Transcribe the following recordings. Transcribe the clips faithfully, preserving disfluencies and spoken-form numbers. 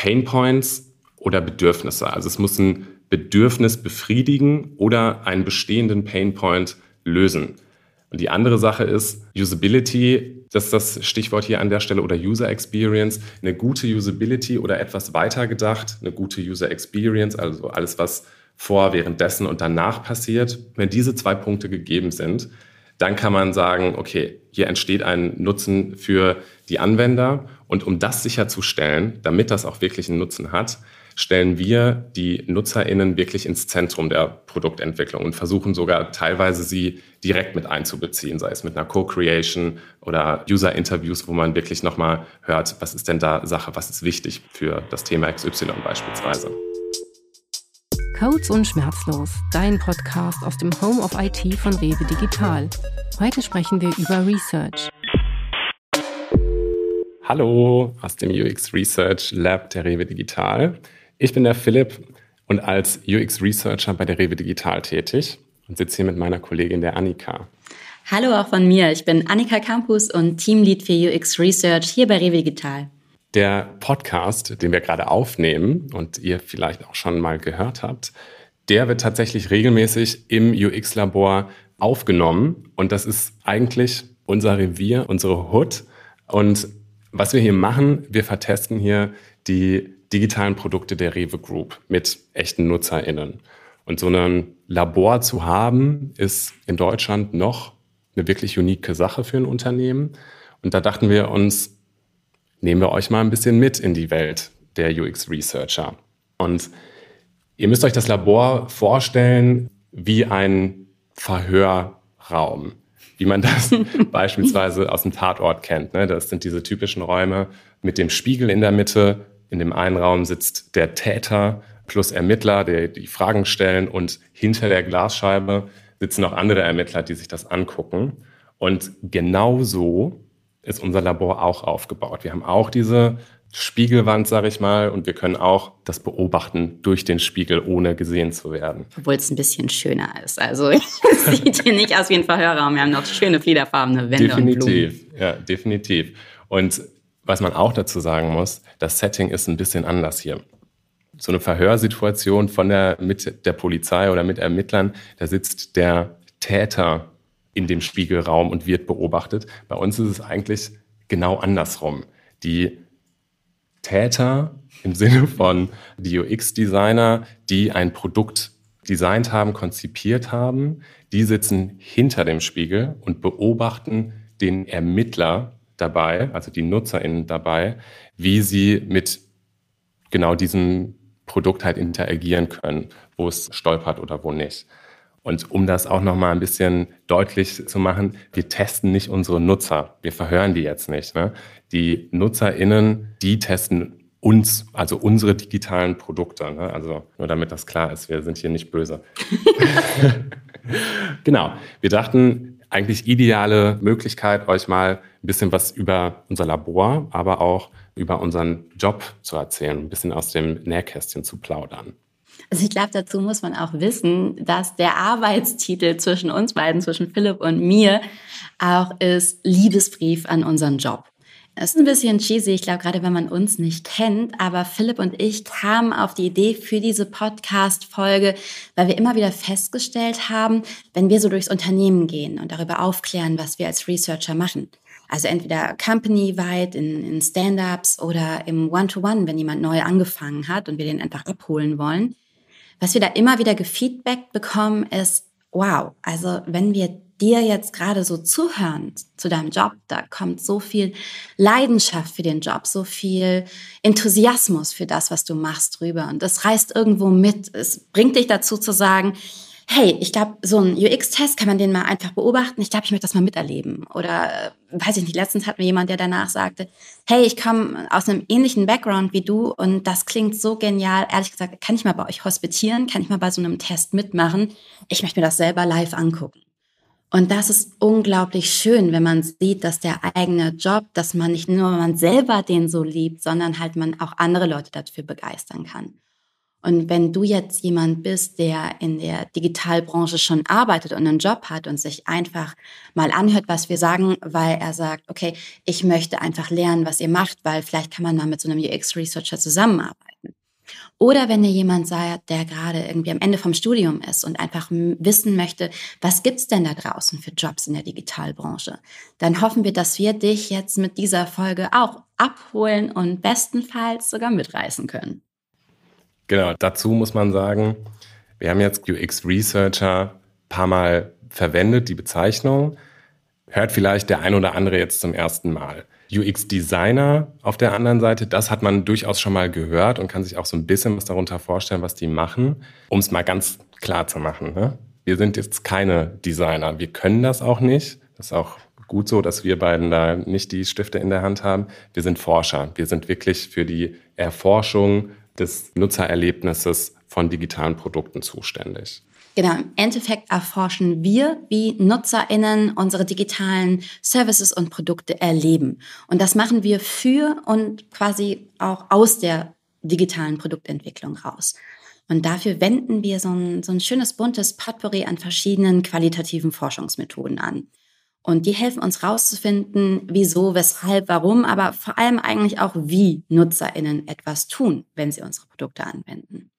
Painpoints oder Bedürfnisse. Also es muss ein Bedürfnis befriedigen oder einen bestehenden Painpoint lösen. Und die andere Sache ist Usability, das ist das Stichwort hier an der Stelle, oder User Experience. Eine gute Usability oder etwas weiter gedacht, eine gute User Experience, also alles, was vor, währenddessen und danach passiert. Wenn diese zwei Punkte gegeben sind, dann kann man sagen, okay, hier entsteht ein Nutzen für die Anwender. Und um das sicherzustellen, damit das auch wirklich einen Nutzen hat, stellen wir die NutzerInnen wirklich ins Zentrum der Produktentwicklung und versuchen sogar teilweise sie direkt mit einzubeziehen, sei es mit einer Co-Creation oder User-Interviews, wo man wirklich nochmal hört, was ist denn da Sache, was ist wichtig für das Thema X Y beispielsweise. Codes und Schmerzlos, dein Podcast aus dem Home of I T von Rewe Digital. Heute sprechen wir über Research. Hallo aus dem U X Research Lab der Rewe Digital. Ich bin der Philipp und als U X Researcher bei der Rewe Digital tätig und sitze hier mit meiner Kollegin der Annika. Hallo auch von mir, ich bin Annika Campus und Teamlead für U X Research hier bei Rewe Digital. Der Podcast, den wir gerade aufnehmen und ihr vielleicht auch schon mal gehört habt, der wird tatsächlich regelmäßig im U X-Labor aufgenommen. Und das ist eigentlich unser Revier, unsere Hood. Und was wir hier machen, wir vertesten hier die digitalen Produkte der Rewe Group mit echten NutzerInnen. Und so ein Labor zu haben, ist in Deutschland noch eine wirklich unique Sache für ein Unternehmen. Und da dachten wir uns, nehmen wir euch mal ein bisschen mit in die Welt der U X-Researcher. Und ihr müsst euch das Labor vorstellen wie ein Verhörraum, wie man das beispielsweise aus dem Tatort kennt. Das sind diese typischen Räume mit dem Spiegel in der Mitte. In dem einen Raum sitzt der Täter plus Ermittler, die die Fragen stellen. Und hinter der Glasscheibe sitzen noch andere Ermittler, die sich das angucken. Und genau so ist unser Labor auch aufgebaut. Wir haben auch diese Spiegelwand, sage ich mal, und wir können auch das beobachten durch den Spiegel, ohne gesehen zu werden. Obwohl es ein bisschen schöner ist. Also es sieht hier nicht aus wie ein Verhörraum. Wir haben noch schöne fliederfarbene Wände definitiv, und Blumen. Ja, definitiv. Und was man auch dazu sagen muss, das Setting ist ein bisschen anders hier. So eine Verhörsituation von der, mit der Polizei oder mit Ermittlern, da sitzt der Täter in dem Spiegelraum und wird beobachtet. Bei uns ist es eigentlich genau andersrum. Die Täter im Sinne von die U X-Designer, die ein Produkt designt haben, konzipiert haben, die sitzen hinter dem Spiegel und beobachten den Ermittler dabei, also die NutzerInnen dabei, wie sie mit genau diesem Produkt halt interagieren können, wo es stolpert oder wo nicht. Und um das auch nochmal ein bisschen deutlich zu machen, wir testen nicht unsere Nutzer. Wir verhören die jetzt nicht. Ne? Die NutzerInnen, die testen uns, also unsere digitalen Produkte. Ne? Also nur damit das klar ist, wir sind hier nicht böse. Genau. Wir dachten, eigentlich ideale Möglichkeit, euch mal ein bisschen was über unser Labor, aber auch über unseren Job zu erzählen, ein bisschen aus dem Nähkästchen zu plaudern. Also ich glaube, dazu muss man auch wissen, dass der Arbeitstitel zwischen uns beiden, zwischen Philipp und mir, auch ist Liebesbrief an unseren Job. Das ist ein bisschen cheesy, ich glaube, gerade wenn man uns nicht kennt, aber Philipp und ich kamen auf die Idee für diese Podcast-Folge, weil wir immer wieder festgestellt haben, wenn wir so durchs Unternehmen gehen und darüber aufklären, was wir als Researcher machen, also entweder company-weit in, in Stand-ups oder im One-to-One, wenn jemand neu angefangen hat und wir den einfach abholen wollen, was wir da immer wieder gefeedbackt bekommen, ist, wow, also wenn wir dir jetzt gerade so zuhören zu deinem Job, da kommt so viel Leidenschaft für den Job, so viel Enthusiasmus für das, was du machst, rüber. Und das reißt irgendwo mit. Es bringt dich dazu zu sagen, hey, ich glaube, so ein U X-Test kann man den mal einfach beobachten. Ich glaube, ich möchte das mal miterleben. Oder, äh, weiß ich nicht, letztens hatten wir jemanden, der danach sagte, hey, ich komme aus einem ähnlichen Background wie du und das klingt so genial. Ehrlich gesagt, kann ich mal bei euch hospitieren? Kann ich mal bei so einem Test mitmachen? Ich möchte mir das selber live angucken. Und das ist unglaublich schön, wenn man sieht, dass der eigene Job, dass man nicht nur man selber den so liebt, sondern halt man auch andere Leute dafür begeistern kann. Und wenn du jetzt jemand bist, der in der Digitalbranche schon arbeitet und einen Job hat und sich einfach mal anhört, was wir sagen, weil er sagt, okay, ich möchte einfach lernen, was ihr macht, weil vielleicht kann man da mit so einem U X-Researcher zusammenarbeiten. Oder wenn ihr jemand seid, der gerade irgendwie am Ende vom Studium ist und einfach wissen möchte, was gibt's denn da draußen für Jobs in der Digitalbranche, dann hoffen wir, dass wir dich jetzt mit dieser Folge auch abholen und bestenfalls sogar mitreißen können. Genau, dazu muss man sagen, wir haben jetzt U X-Researcher ein paar Mal verwendet, die Bezeichnung. Hört vielleicht der ein oder andere jetzt zum ersten Mal. U X-Designer auf der anderen Seite, das hat man durchaus schon mal gehört und kann sich auch so ein bisschen was darunter vorstellen, was die machen. Um es mal ganz klar zu machen, ne? Wir sind jetzt keine Designer. Wir können das auch nicht. Das ist auch gut so, dass wir beiden da nicht die Stifte in der Hand haben. Wir sind Forscher. Wir sind wirklich für die Erforschung des Nutzererlebnisses von digitalen Produkten zuständig. Genau, im Endeffekt erforschen wir, wie NutzerInnen unsere digitalen Services und Produkte erleben. Und das machen wir für und quasi auch aus der digitalen Produktentwicklung raus. Und dafür wenden wir so ein, so ein schönes buntes Potpourri an verschiedenen qualitativen Forschungsmethoden an. Und die helfen uns rauszufinden, wieso, weshalb, warum, aber vor allem eigentlich auch, wie NutzerInnen etwas tun, wenn sie unsere Produkte anwenden.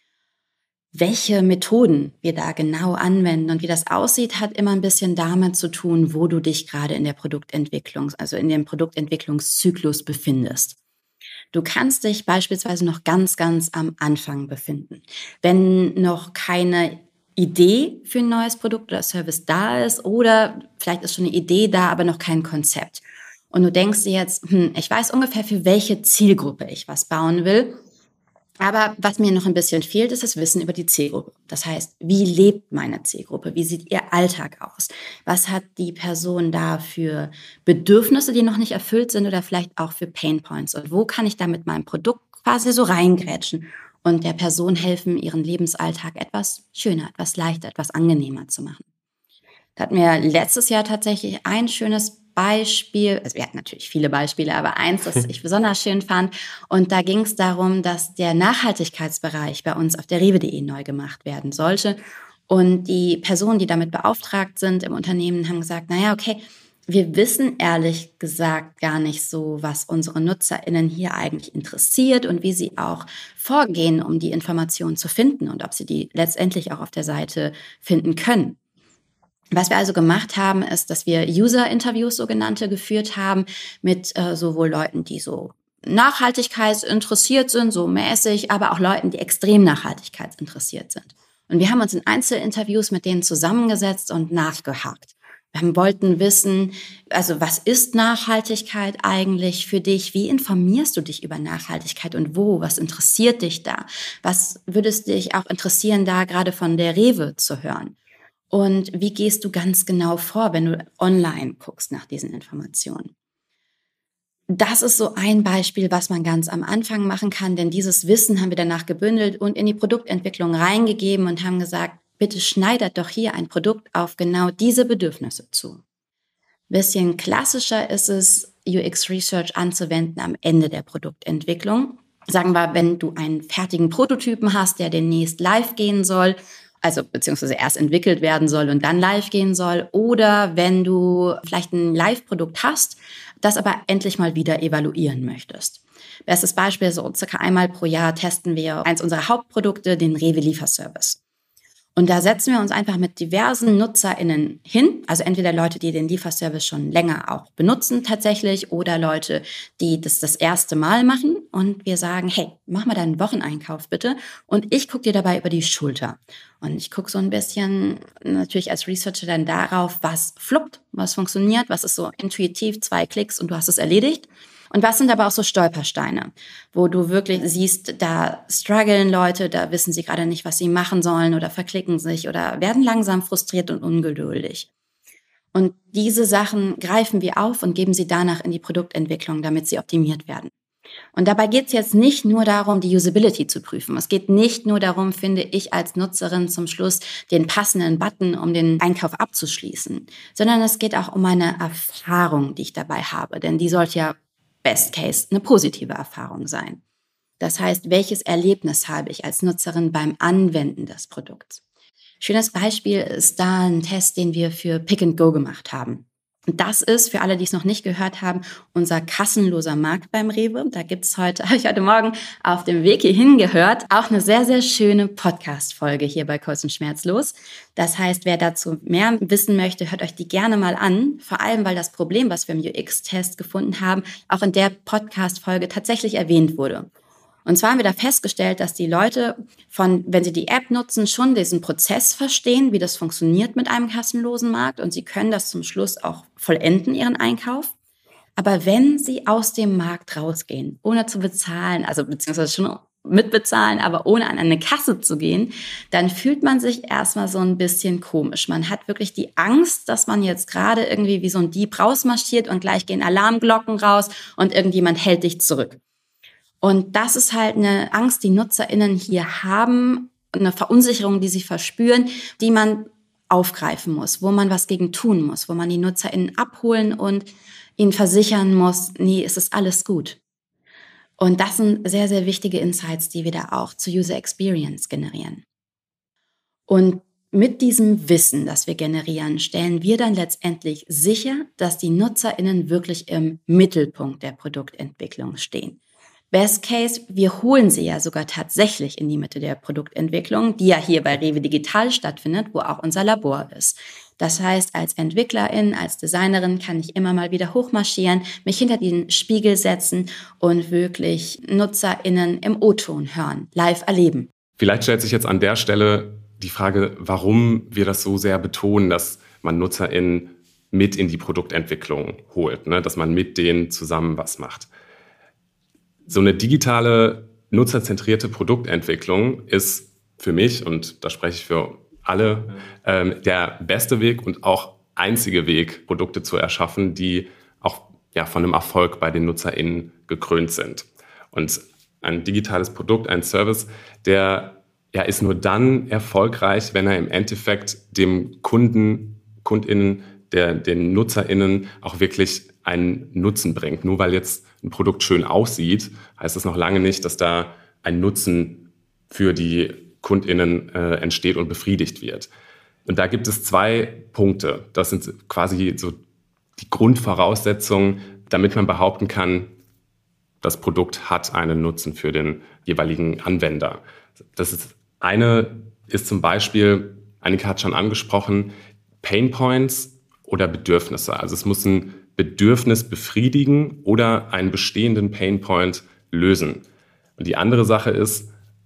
Welche Methoden wir da genau anwenden und wie das aussieht, hat immer ein bisschen damit zu tun, wo du dich gerade in der Produktentwicklung, also in dem Produktentwicklungszyklus befindest. Du kannst dich beispielsweise noch ganz, ganz am Anfang befinden. Wenn noch keine Idee für ein neues Produkt oder Service da ist oder vielleicht ist schon eine Idee da, aber noch kein Konzept. Und du denkst dir jetzt, hm, ich weiß ungefähr, für welche Zielgruppe ich was bauen will. Aber was mir noch ein bisschen fehlt, ist das Wissen über die Zielgruppe. Das heißt, wie lebt meine Zielgruppe? Wie sieht ihr Alltag aus? Was hat die Person da für Bedürfnisse, die noch nicht erfüllt sind oder vielleicht auch für Painpoints? Und wo kann ich da mit meinem Produkt quasi so reingrätschen und der Person helfen, ihren Lebensalltag etwas schöner, etwas leichter, etwas angenehmer zu machen? Da hatten wir letztes Jahr tatsächlich ein schönes Beispiel, also wir hatten natürlich viele Beispiele, aber eins, das ich besonders schön fand. Und da ging es darum, dass der Nachhaltigkeitsbereich bei uns auf der rewe punkt de neu gemacht werden sollte. Und die Personen, die damit beauftragt sind im Unternehmen, haben gesagt, naja, okay, wir wissen ehrlich gesagt gar nicht so, was unsere NutzerInnen hier eigentlich interessiert und wie sie auch vorgehen, um die Informationen zu finden und ob sie die letztendlich auch auf der Seite finden können. Was wir also gemacht haben, ist, dass wir User-Interviews, sogenannte, geführt haben mit äh, sowohl Leuten, die so nachhaltigkeitsinteressiert sind, so mäßig, aber auch Leuten, die extrem nachhaltigkeitsinteressiert sind. Und wir haben uns in Einzelinterviews mit denen zusammengesetzt und nachgehakt. Wir wollten wissen, also was ist Nachhaltigkeit eigentlich für dich? Wie informierst du dich über Nachhaltigkeit und wo? Was interessiert dich da? Was würdest dich auch interessieren, da gerade von der Rewe zu hören? Und wie gehst du ganz genau vor, wenn du online guckst nach diesen Informationen? Das ist so ein Beispiel, was man ganz am Anfang machen kann, denn dieses Wissen haben wir danach gebündelt und in die Produktentwicklung reingegeben und haben gesagt, bitte schneidert doch hier ein Produkt auf genau diese Bedürfnisse zu. Bisschen klassischer ist es, U X Research anzuwenden am Ende der Produktentwicklung. Sagen wir, wenn du einen fertigen Prototypen hast, der demnächst live gehen soll, also beziehungsweise erst entwickelt werden soll und dann live gehen soll. Oder wenn du vielleicht ein Live-Produkt hast, das aber endlich mal wieder evaluieren möchtest. Bestes Beispiel, so circa einmal pro Jahr testen wir eins unserer Hauptprodukte, den Rewe-Lieferservice. Und da setzen wir uns einfach mit diversen NutzerInnen hin, also entweder Leute, die den Lieferservice schon länger auch benutzen tatsächlich oder Leute, die das das erste Mal machen und wir sagen, hey, mach mal deinen Wocheneinkauf bitte und ich gucke dir dabei über die Schulter. Und ich gucke so ein bisschen natürlich als Researcher dann darauf, was fluppt, was funktioniert, was ist so intuitiv, zwei Klicks und du hast es erledigt. Und was sind aber auch so Stolpersteine, wo du wirklich siehst, da strugglen Leute, da wissen sie gerade nicht, was sie machen sollen oder verklicken sich oder werden langsam frustriert und ungeduldig. Und diese Sachen greifen wir auf und geben sie danach in die Produktentwicklung, damit sie optimiert werden. Und dabei geht es jetzt nicht nur darum, die Usability zu prüfen. Es geht nicht nur darum, finde ich als Nutzerin zum Schluss den passenden Button, um den Einkauf abzuschließen, sondern es geht auch um meine Erfahrung, die ich dabei habe, denn die sollte ja Best Case eine positive Erfahrung sein. Das heißt, welches Erlebnis habe ich als Nutzerin beim Anwenden des Produkts? Schönes Beispiel ist da ein Test, den wir für Pick and Go gemacht haben. Und das ist, für alle, die es noch nicht gehört haben, unser kassenloser Markt beim Rewe. Da gibt es heute, habe ich heute Morgen auf dem Weg hierhin gehört, auch eine sehr, sehr schöne Podcast-Folge hier bei Codes und Schmerzlos. Das heißt, wer dazu mehr wissen möchte, hört euch die gerne mal an. Vor allem, weil das Problem, was wir im U X-Test gefunden haben, auch in der Podcast-Folge tatsächlich erwähnt wurde. Und zwar haben wir da festgestellt, dass die Leute, von, wenn sie die App nutzen, schon diesen Prozess verstehen, wie das funktioniert mit einem kassenlosen Markt. Und sie können das zum Schluss auch vollenden, ihren Einkauf. Aber wenn sie aus dem Markt rausgehen, ohne zu bezahlen, also beziehungsweise schon mitbezahlen, aber ohne an eine Kasse zu gehen, dann fühlt man sich erstmal so ein bisschen komisch. Man hat wirklich die Angst, dass man jetzt gerade irgendwie wie so ein Dieb rausmarschiert und gleich gehen Alarmglocken raus und irgendjemand hält dich zurück. Und das ist halt eine Angst, die NutzerInnen hier haben, eine Verunsicherung, die sie verspüren, die man aufgreifen muss, wo man was gegen tun muss, wo man die NutzerInnen abholen und ihnen versichern muss, nee, es ist alles gut. Und das sind sehr, sehr wichtige Insights, die wir da auch zur User Experience generieren. Und mit diesem Wissen, das wir generieren, stellen wir dann letztendlich sicher, dass die NutzerInnen wirklich im Mittelpunkt der Produktentwicklung stehen. Best Case, wir holen sie ja sogar tatsächlich in die Mitte der Produktentwicklung, die ja hier bei Rewe Digital stattfindet, wo auch unser Labor ist. Das heißt, als Entwicklerin, als Designerin kann ich immer mal wieder hochmarschieren, mich hinter den Spiegel setzen und wirklich NutzerInnen im O-Ton hören, live erleben. Vielleicht stellt sich jetzt an der Stelle die Frage, warum wir das so sehr betonen, dass man NutzerInnen mit in die Produktentwicklung holt, ne? Dass man mit denen zusammen was macht. So eine digitale, nutzerzentrierte Produktentwicklung ist für mich, und da spreche ich für alle, ähm, der beste Weg und auch einzige Weg, Produkte zu erschaffen, die auch ja, von einem Erfolg bei den NutzerInnen gekrönt sind. Und ein digitales Produkt, ein Service, der ja, ist nur dann erfolgreich, wenn er im Endeffekt dem Kunden, KundInnen, der, den NutzerInnen auch wirklich einen Nutzen bringt. Nur weil jetzt ein Produkt schön aussieht, heißt das noch lange nicht, dass da ein Nutzen für die KundInnen äh, entsteht und befriedigt wird. Und da gibt es zwei Punkte. Das sind quasi so die Grundvoraussetzungen, damit man behaupten kann, das Produkt hat einen Nutzen für den jeweiligen Anwender. Das ist, eine ist zum Beispiel, Annika hat schon angesprochen, Painpoints oder Bedürfnisse. Also es muss ein Bedürfnis befriedigen oder einen bestehenden Painpoint lösen. Und die andere Sache ist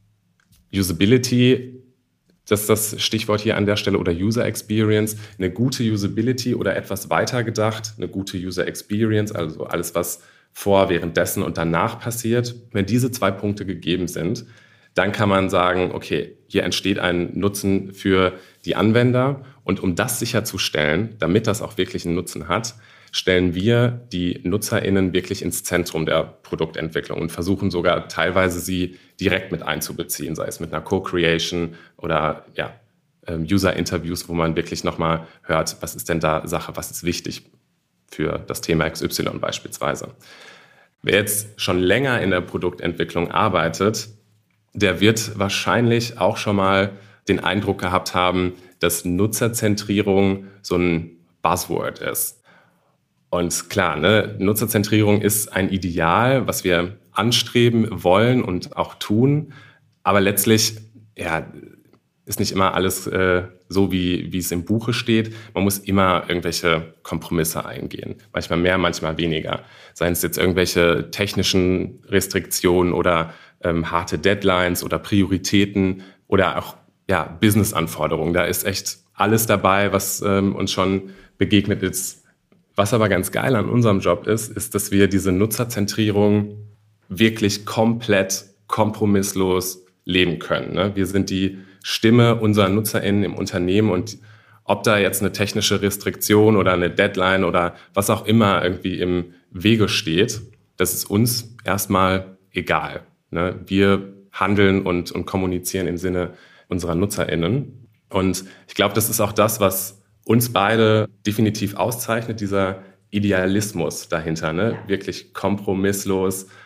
Usability, das ist das Stichwort hier an der Stelle, oder User Experience. Eine gute Usability oder etwas weiter gedacht, eine gute User Experience, also alles, was vor, währenddessen und danach passiert. Wenn diese zwei Punkte gegeben sind, dann kann man sagen, okay, hier entsteht ein Nutzen für die Anwender. Und um das sicherzustellen, damit das auch wirklich einen Nutzen hat, stellen wir die NutzerInnen wirklich ins Zentrum der Produktentwicklung und versuchen sogar teilweise sie direkt mit einzubeziehen, sei es mit einer Co-Creation oder ja, User-Interviews, wo man wirklich nochmal hört, was ist denn da Sache, was ist wichtig für das Thema X Y beispielsweise. Wer jetzt schon länger in der Produktentwicklung arbeitet, der wird wahrscheinlich auch schon mal den Eindruck gehabt haben, dass Nutzerzentrierung so ein Buzzword ist. Und klar, ne, Nutzerzentrierung ist ein Ideal, was wir anstreben wollen und auch tun. Aber letztlich ja, ist nicht immer alles äh, so, wie, wie es im Buche steht. Man muss immer irgendwelche Kompromisse eingehen. Manchmal mehr, manchmal weniger. Seien es jetzt irgendwelche technischen Restriktionen oder ähm, harte Deadlines oder Prioritäten oder auch ja, Business-Anforderungen. Da ist echt alles dabei, was ähm, uns schon begegnet ist. Was aber ganz geil an unserem Job ist, ist, dass wir diese Nutzerzentrierung wirklich komplett kompromisslos leben können. Ne? Wir sind die Stimme unserer NutzerInnen im Unternehmen und ob da jetzt eine technische Restriktion oder eine Deadline oder was auch immer irgendwie im Wege steht, das ist uns erstmal egal. Ne? Wir handeln und, und kommunizieren im Sinne unserer NutzerInnen. Und ich glaube, das ist auch das, was uns beide definitiv auszeichnet, dieser Idealismus dahinter, ne? Ja. Wirklich kompromisslos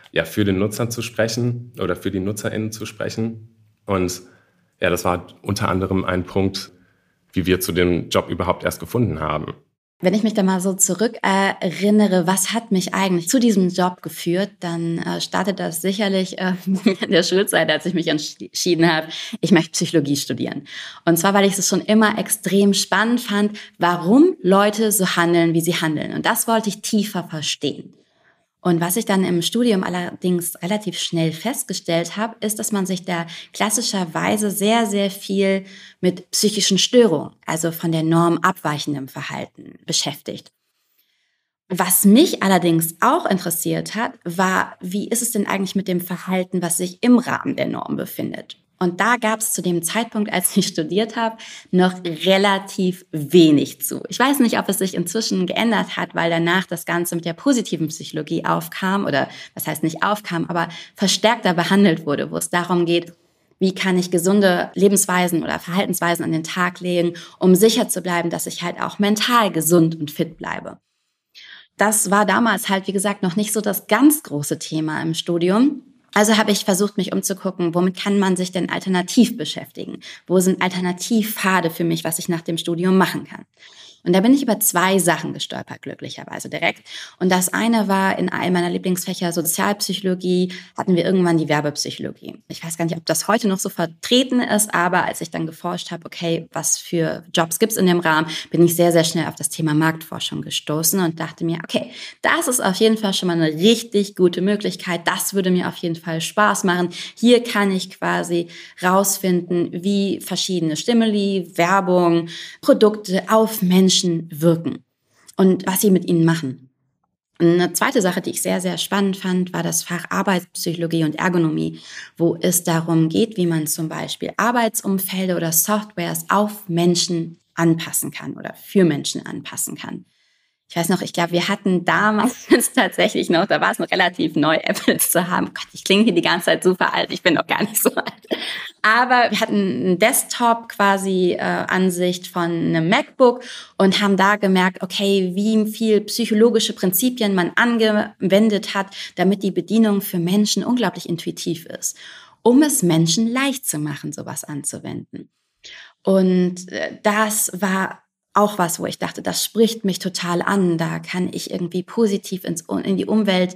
ja, für den Nutzer zu sprechen oder für die NutzerInnen zu sprechen. Und ja, das war unter anderem ein Punkt, wie wir zu dem Job überhaupt erst gefunden haben. Wenn ich mich da mal so zurück erinnere, was hat mich eigentlich zu diesem Job geführt, dann äh, startet das sicherlich äh, in der Schulzeit, als ich mich entschieden habe, ich möchte Psychologie studieren. Und zwar, weil ich es schon immer extrem spannend fand, warum Leute so handeln, wie sie handeln. Und das wollte ich tiefer verstehen. Und was ich dann im Studium allerdings relativ schnell festgestellt habe, ist, dass man sich da klassischerweise sehr, sehr viel mit psychischen Störungen, also von der Norm abweichendem Verhalten beschäftigt. Was mich allerdings auch interessiert hat, war, wie ist es denn eigentlich mit dem Verhalten, was sich im Rahmen der Norm befindet? Und da gab es zu dem Zeitpunkt, als ich studiert habe, noch relativ wenig zu. Ich weiß nicht, ob es sich inzwischen geändert hat, weil danach das Ganze mit der positiven Psychologie aufkam oder was heißt nicht aufkam, aber verstärkter behandelt wurde, wo es darum geht, wie kann ich gesunde Lebensweisen oder Verhaltensweisen an den Tag legen, um sicher zu bleiben, dass ich halt auch mental gesund und fit bleibe. Das war damals halt, wie gesagt, noch nicht so das ganz große Thema im Studium. Also habe ich versucht, mich umzugucken, womit kann man sich denn alternativ beschäftigen? Wo sind Alternativpfade für mich, was ich nach dem Studium machen kann? Und da bin ich über zwei Sachen gestolpert, glücklicherweise direkt. Und das eine war, in einem meiner Lieblingsfächer Sozialpsychologie hatten wir irgendwann die Werbepsychologie. Ich weiß gar nicht, ob das heute noch so vertreten ist, aber als ich dann geforscht habe, okay, was für Jobs gibt's in dem Rahmen, bin ich sehr, sehr schnell auf das Thema Marktforschung gestoßen und dachte mir, okay, das ist auf jeden Fall schon mal eine richtig gute Möglichkeit. Das würde mir auf jeden Fall Spaß machen. Hier kann ich quasi rausfinden, wie verschiedene Stimuli, Werbung, Produkte auf Menschen wirken und was sie mit ihnen machen. Und eine zweite Sache, die ich sehr, sehr spannend fand, war das Fach Arbeitspsychologie und Ergonomie, wo es darum geht, wie man zum Beispiel Arbeitsumfelder oder Softwares auf Menschen anpassen kann oder für Menschen anpassen kann. Ich weiß noch, ich glaube, wir hatten damals tatsächlich noch, da war es noch relativ neu, Apples zu haben. Gott, ich klinge hier die ganze Zeit super alt, ich bin noch gar nicht so alt. Aber wir hatten eine Desktop-quasi-Ansicht äh, von einem MacBook und haben da gemerkt, okay, wie viel psychologische Prinzipien man angewendet hat, damit die Bedienung für Menschen unglaublich intuitiv ist, um es Menschen leicht zu machen, sowas anzuwenden. Und äh, das war auch was, wo ich dachte, das spricht mich total an. Da kann ich irgendwie positiv ins, in die Umwelt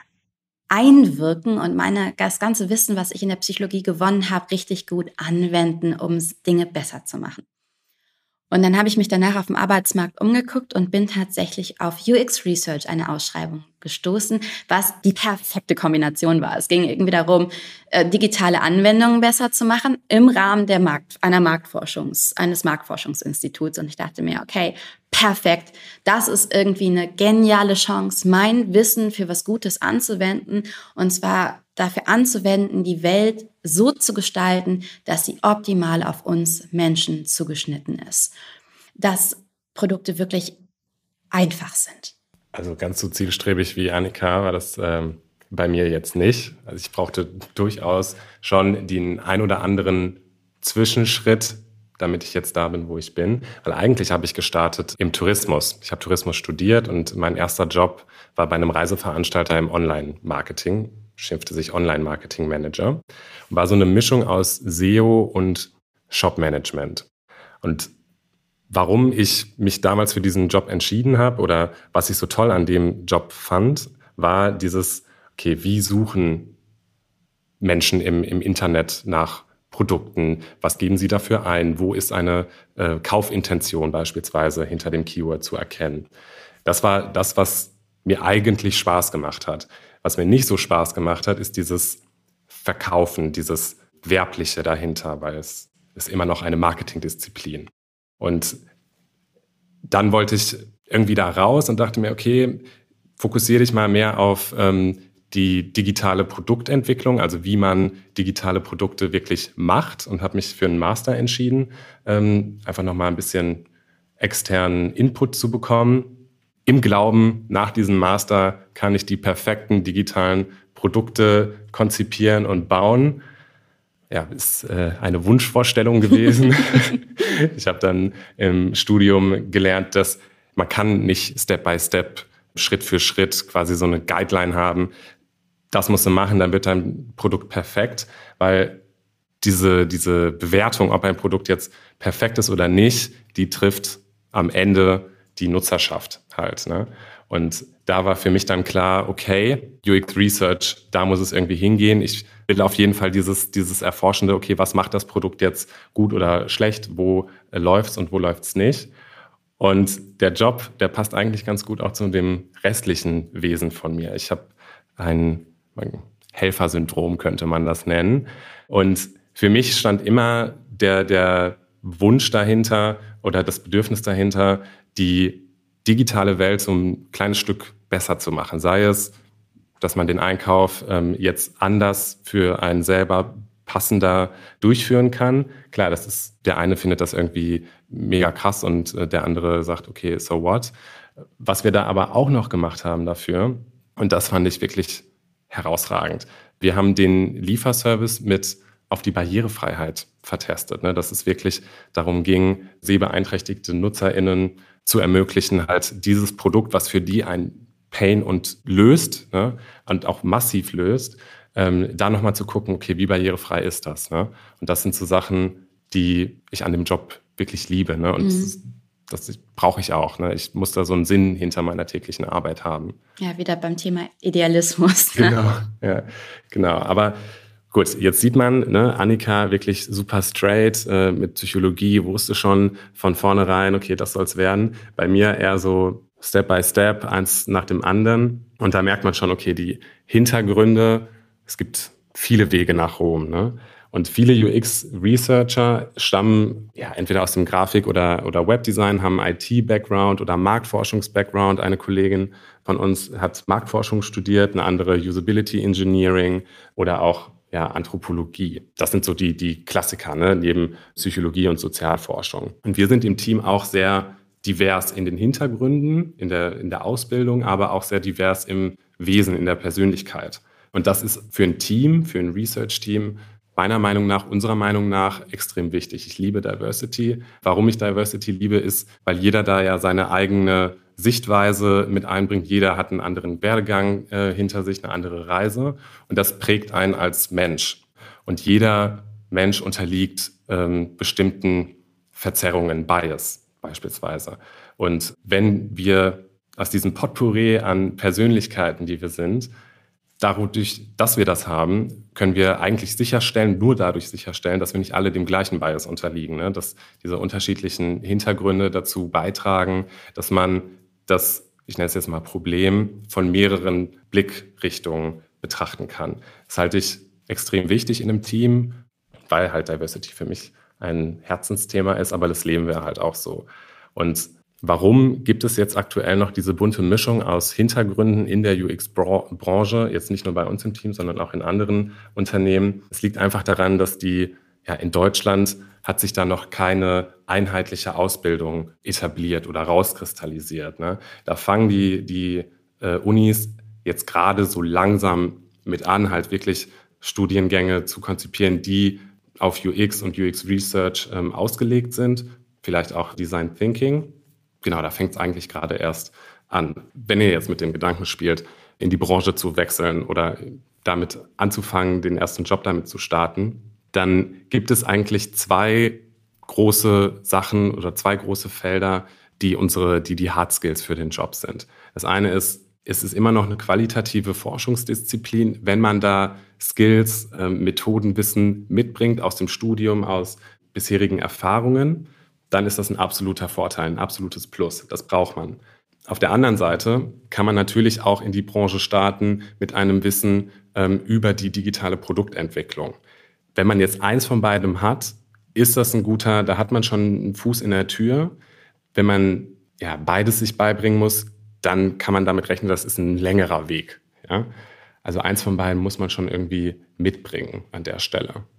einwirken und meine, das ganze Wissen, was ich in der Psychologie gewonnen habe, richtig gut anwenden, um Dinge besser zu machen. Und dann habe ich mich danach auf dem Arbeitsmarkt umgeguckt und bin tatsächlich auf U X Research, eine Ausschreibung, gestoßen, was die perfekte Kombination war. Es ging irgendwie darum, äh, digitale Anwendungen besser zu machen im Rahmen der Markt, einer Marktforschungs, eines Marktforschungsinstituts. Und ich dachte mir, okay, perfekt. Das ist irgendwie eine geniale Chance, mein Wissen für was Gutes anzuwenden. Und zwar dafür anzuwenden, die Welt so zu gestalten, dass sie optimal auf uns Menschen zugeschnitten ist. Dass Produkte wirklich einfach sind. Also ganz so zielstrebig wie Annika war das ähm, bei mir jetzt nicht. Also ich brauchte durchaus schon den ein oder anderen Zwischenschritt, damit ich jetzt da bin, wo ich bin. Weil eigentlich habe ich gestartet im Tourismus. Ich habe Tourismus studiert und mein erster Job war bei einem Reiseveranstalter im Online-Marketing. Schimpfte sich Online-Marketing-Manager. War so eine Mischung aus S E O und Shop-Management. Und warum ich mich damals für diesen Job entschieden habe oder was ich so toll an dem Job fand, war dieses, okay, wie suchen Menschen im, im Internet nach Produkten? Was geben sie dafür ein? Wo ist eine äh, Kaufintention beispielsweise hinter dem Keyword zu erkennen? Das war das, was mir eigentlich Spaß gemacht hat. Was mir nicht so Spaß gemacht hat, ist dieses Verkaufen, dieses Werbliche dahinter, weil es ist immer noch eine Marketingdisziplin. Und dann wollte ich irgendwie da raus und dachte mir, okay, fokussiere dich mal mehr auf ähm, die digitale Produktentwicklung, also wie man digitale Produkte wirklich macht, und habe mich für einen Master entschieden, ähm, einfach nochmal ein bisschen externen Input zu bekommen. Im Glauben, nach diesem Master kann ich die perfekten digitalen Produkte konzipieren und bauen. Ja, ist äh, eine Wunschvorstellung gewesen. Ich habe dann im Studium gelernt, dass man kann nicht Step by Step, Schritt für Schritt quasi so eine Guideline haben. das musst du machen, dann wird dein Produkt perfekt, weil diese, diese Bewertung, ob ein Produkt jetzt perfekt ist oder nicht, die trifft am Ende die Nutzerschaft halt, ne? Und da war für mich dann klar, okay, U X Research, da muss es irgendwie hingehen. Ich will auf jeden Fall dieses, dieses Erforschende, okay, was macht das Produkt jetzt gut oder schlecht, wo äh, läuft's und wo läuft's nicht. Und der Job, der passt eigentlich ganz gut auch zu dem restlichen Wesen von mir. Ich habe ein, ein Helfersyndrom, könnte man das nennen. Und für mich stand immer der, der Wunsch dahinter oder das Bedürfnis dahinter, die digitale Welt so ein kleines Stück besser zu machen. Sei es, dass man den Einkauf ähm, jetzt anders für einen selber passender durchführen kann. Klar, das ist, der eine findet das irgendwie mega krass und äh, der andere sagt, okay, so what? Was wir da aber auch noch gemacht haben dafür, und das fand ich wirklich herausragend. Wir haben den Lieferservice mit auf die Barrierefreiheit vertestet, ne? Dass es wirklich darum ging, sehbeeinträchtigte NutzerInnen zu ermöglichen, halt dieses Produkt, was für die ein Pain und löst, ne? Und auch massiv löst, ähm, da nochmal zu gucken, okay, wie barrierefrei ist das? Ne? Und das sind so Sachen, die ich an dem Job wirklich liebe. Ne? Und mhm. das, das brauche ich auch. Ne? Ich muss da so einen Sinn hinter meiner täglichen Arbeit haben. Ja, wieder beim Thema Idealismus. Ne? Genau, ja, genau. Aber gut, jetzt sieht man, ne, Annika wirklich super straight, äh, mit Psychologie, wusste schon von vornherein, okay, das soll's werden. Bei mir eher so Step by Step, eins nach dem anderen. Und da merkt man schon, okay, die Hintergründe, es gibt viele Wege nach Rom, ne? Und viele U X-Researcher stammen ja entweder aus dem Grafik- oder, oder Webdesign, haben I T-Background oder Marktforschungs-Background. Eine Kollegin von uns hat Marktforschung studiert, eine andere Usability Engineering oder auch ja, Anthropologie. Das sind so die, die Klassiker, ne? Neben Psychologie und Sozialforschung. Und wir sind im Team auch sehr divers in den Hintergründen, in der, in der Ausbildung, aber auch sehr divers im Wesen, in der Persönlichkeit. Und das ist für ein Team, für ein Research-Team, meiner Meinung nach, unserer Meinung nach, extrem wichtig. Ich liebe Diversity. Warum ich Diversity liebe, ist, weil jeder da ja seine eigene Sichtweise mit einbringt. Jeder hat einen anderen Werdegang äh, hinter sich, eine andere Reise. Und das prägt einen als Mensch. Und jeder Mensch unterliegt ähm, bestimmten Verzerrungen, Bias beispielsweise. Und wenn wir aus diesem Potpourri an Persönlichkeiten, die wir sind, dadurch, dass wir das haben, können wir eigentlich sicherstellen, nur dadurch sicherstellen, dass wir nicht alle dem gleichen Bias unterliegen, ne? Dass diese unterschiedlichen Hintergründe dazu beitragen, dass man das, ich nenne es jetzt mal Problem, von mehreren Blickrichtungen betrachten kann. Das halte ich extrem wichtig in einem Team, weil halt Diversity für mich ein Herzensthema ist, aber das leben wir halt auch so. Und warum gibt es jetzt aktuell noch diese bunte Mischung aus Hintergründen in der U X-Branche, jetzt nicht nur bei uns im Team, sondern auch in anderen Unternehmen? Es liegt einfach daran, dass die, ja, in Deutschland hat sich da noch keine einheitliche Ausbildung etabliert oder rauskristallisiert, ne? Da fangen die, die äh, Unis jetzt gerade so langsam mit an, halt wirklich Studiengänge zu konzipieren, die auf U X und U X Research ähm, ausgelegt sind, vielleicht auch Design Thinking. Genau, da fängt es eigentlich gerade erst an. Wenn ihr jetzt mit dem Gedanken spielt, in die Branche zu wechseln oder damit anzufangen, den ersten Job damit zu starten, dann gibt es eigentlich zwei große Sachen oder zwei große Felder, die unsere, die die Hard Skills für den Job sind. Das eine ist, es ist immer noch eine qualitative Forschungsdisziplin, wenn man da Skills, äh, Methoden, Wissen mitbringt aus dem Studium, aus bisherigen Erfahrungen, dann ist das ein absoluter Vorteil, ein absolutes Plus. Das braucht man. Auf der anderen Seite kann man natürlich auch in die Branche starten mit einem Wissen ähm, über die digitale Produktentwicklung. Wenn man jetzt eins von beidem hat, ist das ein guter, da hat man schon einen Fuß in der Tür. Wenn man ja beides sich beibringen muss, dann kann man damit rechnen, das ist ein längerer Weg. Ja? Also eins von beiden muss man schon irgendwie mitbringen an der Stelle.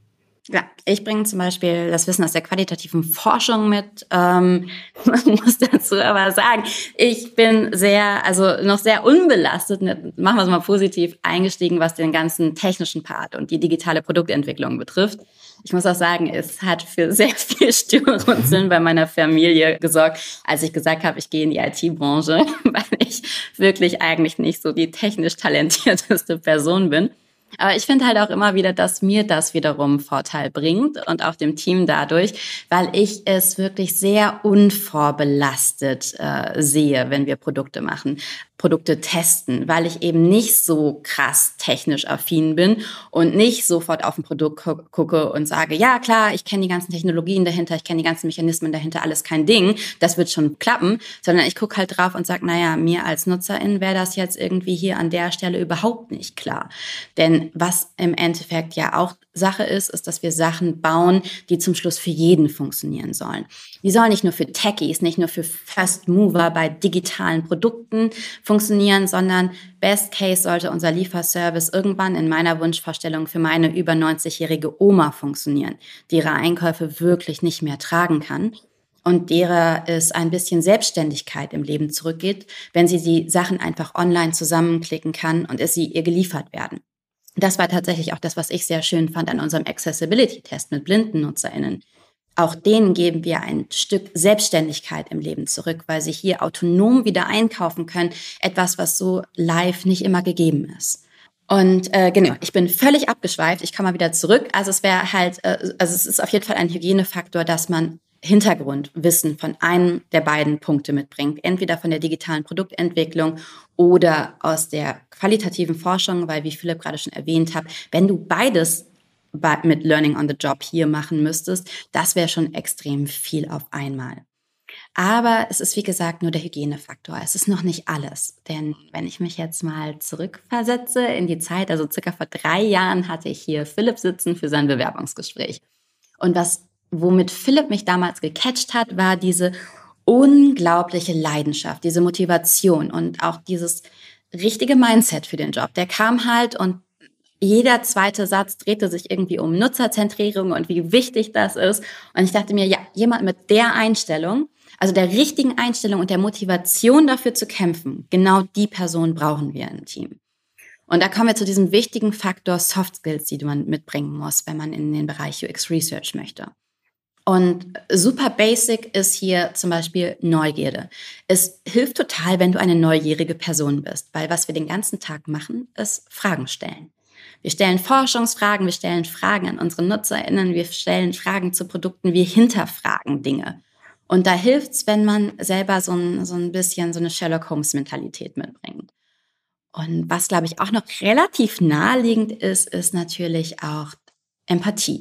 Ja, ich bringe zum Beispiel das Wissen aus der qualitativen Forschung mit. Ähm, man muss dazu aber sagen, ich bin sehr, also noch sehr unbelastet, machen wir es mal positiv, eingestiegen, was den ganzen technischen Part und die digitale Produktentwicklung betrifft. Ich muss auch sagen, es hat für sehr viel Stirnrunzeln bei meiner Familie gesorgt, als ich gesagt habe, ich gehe in die I T-Branche, weil ich wirklich eigentlich nicht so die technisch talentierteste Person bin. Aber ich finde halt auch immer wieder, dass mir das wiederum Vorteil bringt und auch dem Team dadurch, weil ich es wirklich sehr unvorbelastet äh, sehe, wenn wir Produkte machen, Produkte testen, weil ich eben nicht so krass technisch affin bin und nicht sofort auf ein Produkt gu- gucke und sage, ja klar, ich kenne die ganzen Technologien dahinter, ich kenne die ganzen Mechanismen dahinter, alles kein Ding, das wird schon klappen, sondern ich gucke halt drauf und sage, naja, mir als Nutzerin wäre das jetzt irgendwie hier an der Stelle überhaupt nicht klar. Denn was im Endeffekt ja auch Sache ist, ist, dass wir Sachen bauen, die zum Schluss für jeden funktionieren sollen. Die sollen nicht nur für Techies, nicht nur für First Mover bei digitalen Produkten funktionieren, sondern Best Case sollte unser Lieferservice irgendwann in meiner Wunschvorstellung für meine über neunzigjährige Oma funktionieren, die ihre Einkäufe wirklich nicht mehr tragen kann und derer es ein bisschen Selbstständigkeit im Leben zurückgeht, wenn sie die Sachen einfach online zusammenklicken kann und es sie ihr geliefert werden. Das war tatsächlich auch das, was ich sehr schön fand an unserem Accessibility-Test mit blinden NutzerInnen. Auch denen geben wir ein Stück Selbstständigkeit im Leben zurück, weil sie hier autonom wieder einkaufen können. Etwas, was so live nicht immer gegeben ist. Und äh, genau, ich bin völlig abgeschweift. Ich komme mal wieder zurück. Also es wäre halt, äh, also es ist auf jeden Fall ein Hygienefaktor, dass man Hintergrundwissen von einem der beiden Punkte mitbringt. Entweder von der digitalen Produktentwicklung oder aus der qualitativen Forschung, weil wie Philipp gerade schon erwähnt hat, wenn du beides mit Learning on the Job hier machen müsstest, das wäre schon extrem viel auf einmal. Aber es ist, wie gesagt, nur der Hygienefaktor. Es ist noch nicht alles. Denn wenn ich mich jetzt mal zurückversetze in die Zeit, also circa vor drei Jahren hatte ich hier Philipp sitzen für sein Bewerbungsgespräch. Und was, womit Philipp mich damals gecatcht hat, war diese unglaubliche Leidenschaft, diese Motivation und auch dieses richtige Mindset für den Job. Der kam halt und jeder zweite Satz drehte sich irgendwie um Nutzerzentrierung und wie wichtig das ist. Und ich dachte mir, ja, jemand mit der Einstellung, also der richtigen Einstellung und der Motivation dafür zu kämpfen, genau die Person brauchen wir im Team. Und da kommen wir zu diesem wichtigen Faktor Soft Skills, die man mitbringen muss, wenn man in den Bereich U X Research möchte. Und super basic ist hier zum Beispiel Neugierde. Es hilft total, wenn du eine neugierige Person bist, weil was wir den ganzen Tag machen, ist Fragen stellen. Wir stellen Forschungsfragen, wir stellen Fragen an unsere NutzerInnen, wir stellen Fragen zu Produkten, wir hinterfragen Dinge. Und da hilft's, wenn man selber so ein, so ein bisschen so eine Sherlock-Holmes-Mentalität mitbringt. Und was, glaube ich, auch noch relativ naheliegend ist, ist natürlich auch Empathie.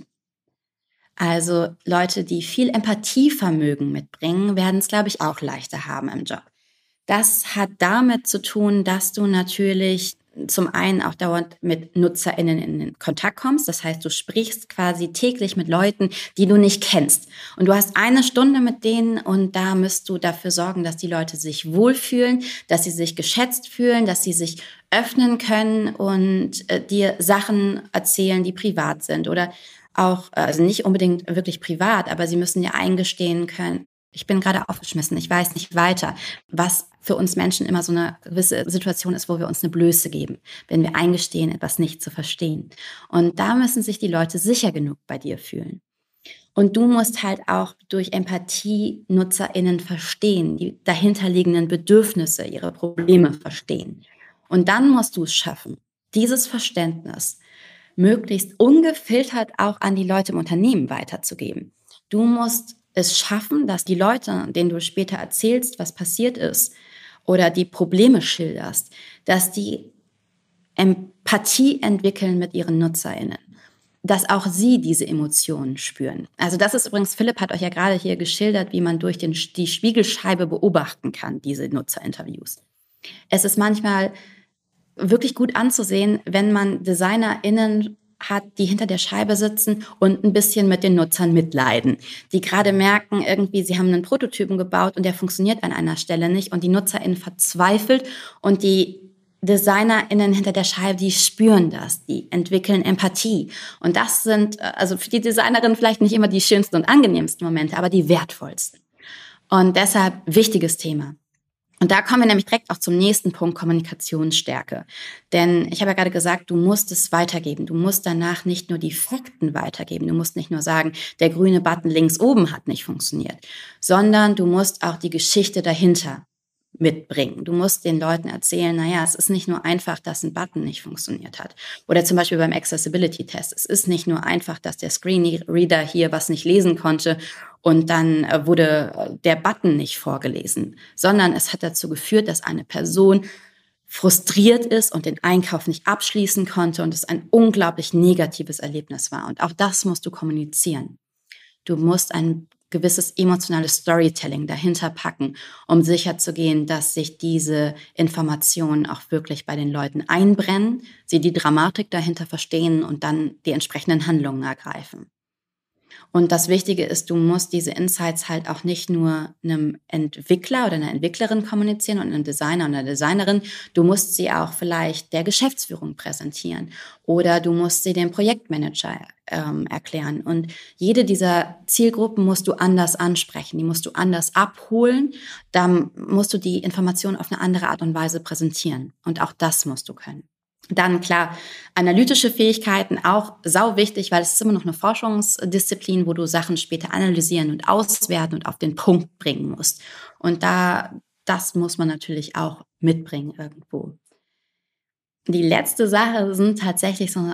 Also Leute, die viel Empathievermögen mitbringen, werden es, glaube ich, auch leichter haben im Job. Das hat damit zu tun, dass du natürlich zum einen auch dauernd mit NutzerInnen in Kontakt kommst. Das heißt, du sprichst quasi täglich mit Leuten, die du nicht kennst. Und du hast eine Stunde mit denen und da müsst du dafür sorgen, dass die Leute sich wohlfühlen, dass sie sich geschätzt fühlen, dass sie sich öffnen können und äh, dir Sachen erzählen, die privat sind oder auch, also nicht unbedingt wirklich privat, aber sie müssen ja eingestehen können, ich bin gerade aufgeschmissen, ich weiß nicht weiter, was für uns Menschen immer so eine gewisse Situation ist, wo wir uns eine Blöße geben, wenn wir eingestehen, etwas nicht zu verstehen. Und da müssen sich die Leute sicher genug bei dir fühlen. Und du musst halt auch durch Empathie NutzerInnen verstehen, die dahinterliegenden Bedürfnisse, ihre Probleme verstehen. Und dann musst du es schaffen, dieses Verständnis möglichst ungefiltert auch an die Leute im Unternehmen weiterzugeben. Du musst es schaffen, dass die Leute, denen du später erzählst, was passiert ist oder die Probleme schilderst, dass die Empathie entwickeln mit ihren NutzerInnen, dass auch sie diese Emotionen spüren. Also das ist übrigens, Philipp hat euch ja gerade hier geschildert, wie man durch den, die Spiegelscheibe beobachten kann, diese Nutzerinterviews. Es ist manchmal wirklich gut anzusehen, wenn man DesignerInnen hat, die hinter der Scheibe sitzen und ein bisschen mit den Nutzern mitleiden. Die gerade merken, irgendwie, sie haben einen Prototypen gebaut und der funktioniert an einer Stelle nicht und die NutzerInnen verzweifelt und die DesignerInnen hinter der Scheibe, die spüren das, die entwickeln Empathie. Und das sind also für die Designerin vielleicht nicht immer die schönsten und angenehmsten Momente, aber die wertvollsten. Und deshalb wichtiges Thema. Und da kommen wir nämlich direkt auch zum nächsten Punkt, Kommunikationsstärke. Denn ich habe ja gerade gesagt, du musst es weitergeben. Du musst danach nicht nur die Fakten weitergeben. Du musst nicht nur sagen, der grüne Button links oben hat nicht funktioniert, sondern du musst auch die Geschichte dahinter mitbringen. Du musst den Leuten erzählen, naja, es ist nicht nur einfach, dass ein Button nicht funktioniert hat. Oder zum Beispiel beim Accessibility-Test. Es ist nicht nur einfach, dass der Screenreader hier was nicht lesen konnte und dann wurde der Button nicht vorgelesen, sondern es hat dazu geführt, dass eine Person frustriert ist und den Einkauf nicht abschließen konnte und es ein unglaublich negatives Erlebnis war. Und auch das musst du kommunizieren. Du musst ein gewisses emotionales Storytelling dahinter packen, um sicherzugehen, dass sich diese Informationen auch wirklich bei den Leuten einbrennen, sie die Dramatik dahinter verstehen und dann die entsprechenden Handlungen ergreifen. Und das Wichtige ist, du musst diese Insights halt auch nicht nur einem Entwickler oder einer Entwicklerin kommunizieren und einem Designer oder einer Designerin, du musst sie auch vielleicht der Geschäftsführung präsentieren oder du musst sie dem Projektmanager ähm, erklären. Und jede dieser Zielgruppen musst du anders ansprechen, die musst du anders abholen, dann musst du die Informationen auf eine andere Art und Weise präsentieren. Und auch das musst du können. Dann klar, analytische Fähigkeiten auch sau wichtig, weil es ist immer noch eine Forschungsdisziplin, wo du Sachen später analysieren und auswerten und auf den Punkt bringen musst. Und da, das muss man natürlich auch mitbringen irgendwo. Die letzte Sache sind tatsächlich so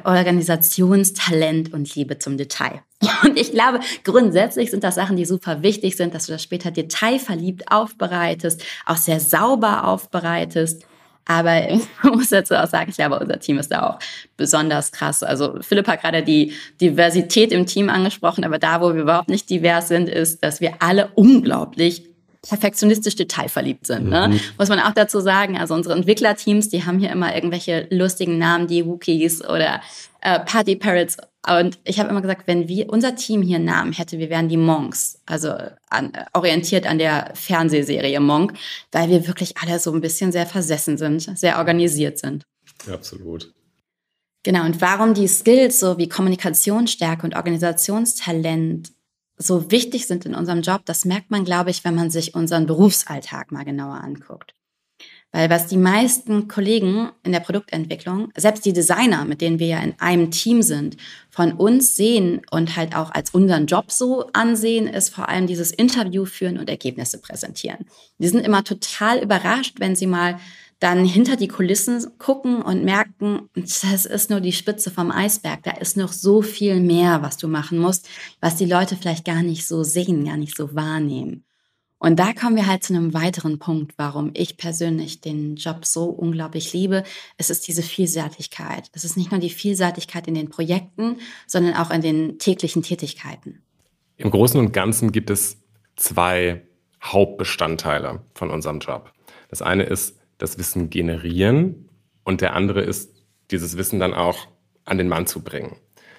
Organisationstalent und Liebe zum Detail. Und ich glaube, grundsätzlich sind das Sachen, die super wichtig sind, dass du das später detailverliebt aufbereitest, auch sehr sauber aufbereitest. Aber ich muss dazu auch sagen, ich glaube, unser Team ist da auch besonders krass. Also Philipp hat gerade die Diversität im Team angesprochen, aber da, wo wir überhaupt nicht divers sind, ist, dass wir alle unglaublich perfektionistisch detailverliebt sind. Ne? Mhm. Muss man auch dazu sagen, also unsere Entwicklerteams, die haben hier immer irgendwelche lustigen Namen, die Wookiees oder äh, Party Parrots. Und ich habe immer gesagt, wenn wir unser Team hier einen Namen hätte, wir wären die Monks, also an, orientiert an der Fernsehserie Monk, weil wir wirklich alle so ein bisschen sehr versessen sind, sehr organisiert sind. Ja, absolut. Genau, und warum die Skills so wie Kommunikationsstärke und Organisationstalent so wichtig sind in unserem Job, das merkt man, glaube ich, wenn man sich unseren Berufsalltag mal genauer anguckt. Weil was die meisten Kollegen in der Produktentwicklung, selbst die Designer, mit denen wir ja in einem Team sind, von uns sehen und halt auch als unseren Job so ansehen, ist vor allem dieses Interview führen und Ergebnisse präsentieren. Die sind immer total überrascht, wenn sie mal dann hinter die Kulissen gucken und merken, das ist nur die Spitze vom Eisberg. Da ist noch so viel mehr, was du machen musst, was die Leute vielleicht gar nicht so sehen, gar nicht so wahrnehmen. Und da kommen wir halt zu einem weiteren Punkt, warum ich persönlich den Job so unglaublich liebe. Es ist diese Vielseitigkeit. Es ist nicht nur die Vielseitigkeit in den Projekten, sondern auch in den täglichen Tätigkeiten. Im Großen und Ganzen gibt es zwei Hauptbestandteile von unserem Job. Das eine ist das Wissen generieren und der andere ist, dieses Wissen dann auch an den Mann zu bringen.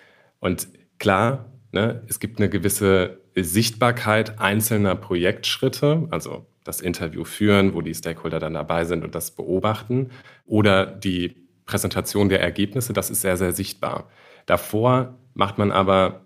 Und klar, ne, es gibt eine gewisse Sichtbarkeit einzelner Projektschritte, also das Interview führen, wo die Stakeholder dann dabei sind und das beobachten, oder die Präsentation der Ergebnisse, das ist sehr, sehr sichtbar. Davor macht man aber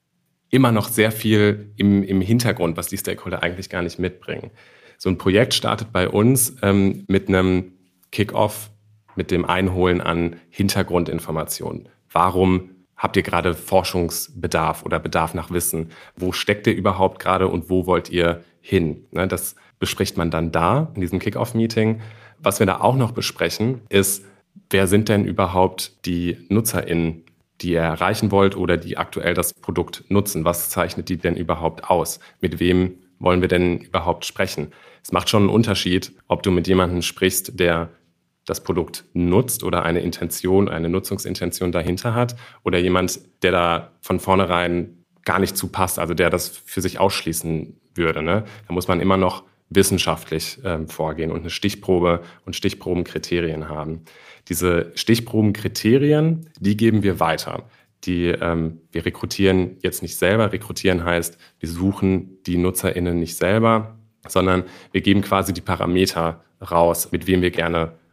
immer noch sehr viel im, im Hintergrund, was die Stakeholder eigentlich gar nicht mitbringen. So ein Projekt startet bei uns ähm, mit einem Kick-Off, mit dem Einholen an Hintergrundinformationen. Warum habt ihr gerade Forschungsbedarf oder Bedarf nach Wissen? Wo steckt ihr überhaupt gerade und wo wollt ihr hin? Ne, das bespricht man dann da in diesem Kick-Off-Meeting. Was wir da auch noch besprechen, ist, wer sind denn überhaupt die NutzerInnen, die ihr erreichen wollt oder die aktuell das Produkt nutzen? Was zeichnet die denn überhaupt aus? Mit wem wollen wir denn überhaupt sprechen? Es macht schon einen Unterschied, ob du mit jemandem sprichst, der das Produkt nutzt oder eine Intention, eine Nutzungsintention dahinter hat oder jemand, der da von vornherein gar nicht zu passt, also der das für sich ausschließen würde. Ne? Da muss man immer noch wissenschaftlich ähm, vorgehen und eine Stichprobe und Stichprobenkriterien haben. Diese Stichprobenkriterien, die geben wir weiter. Die, ähm, wir rekrutieren jetzt nicht selber. Rekrutieren heißt, wir suchen die NutzerInnen nicht selber, sondern wir geben quasi die Parameter raus, mit wem wir gerne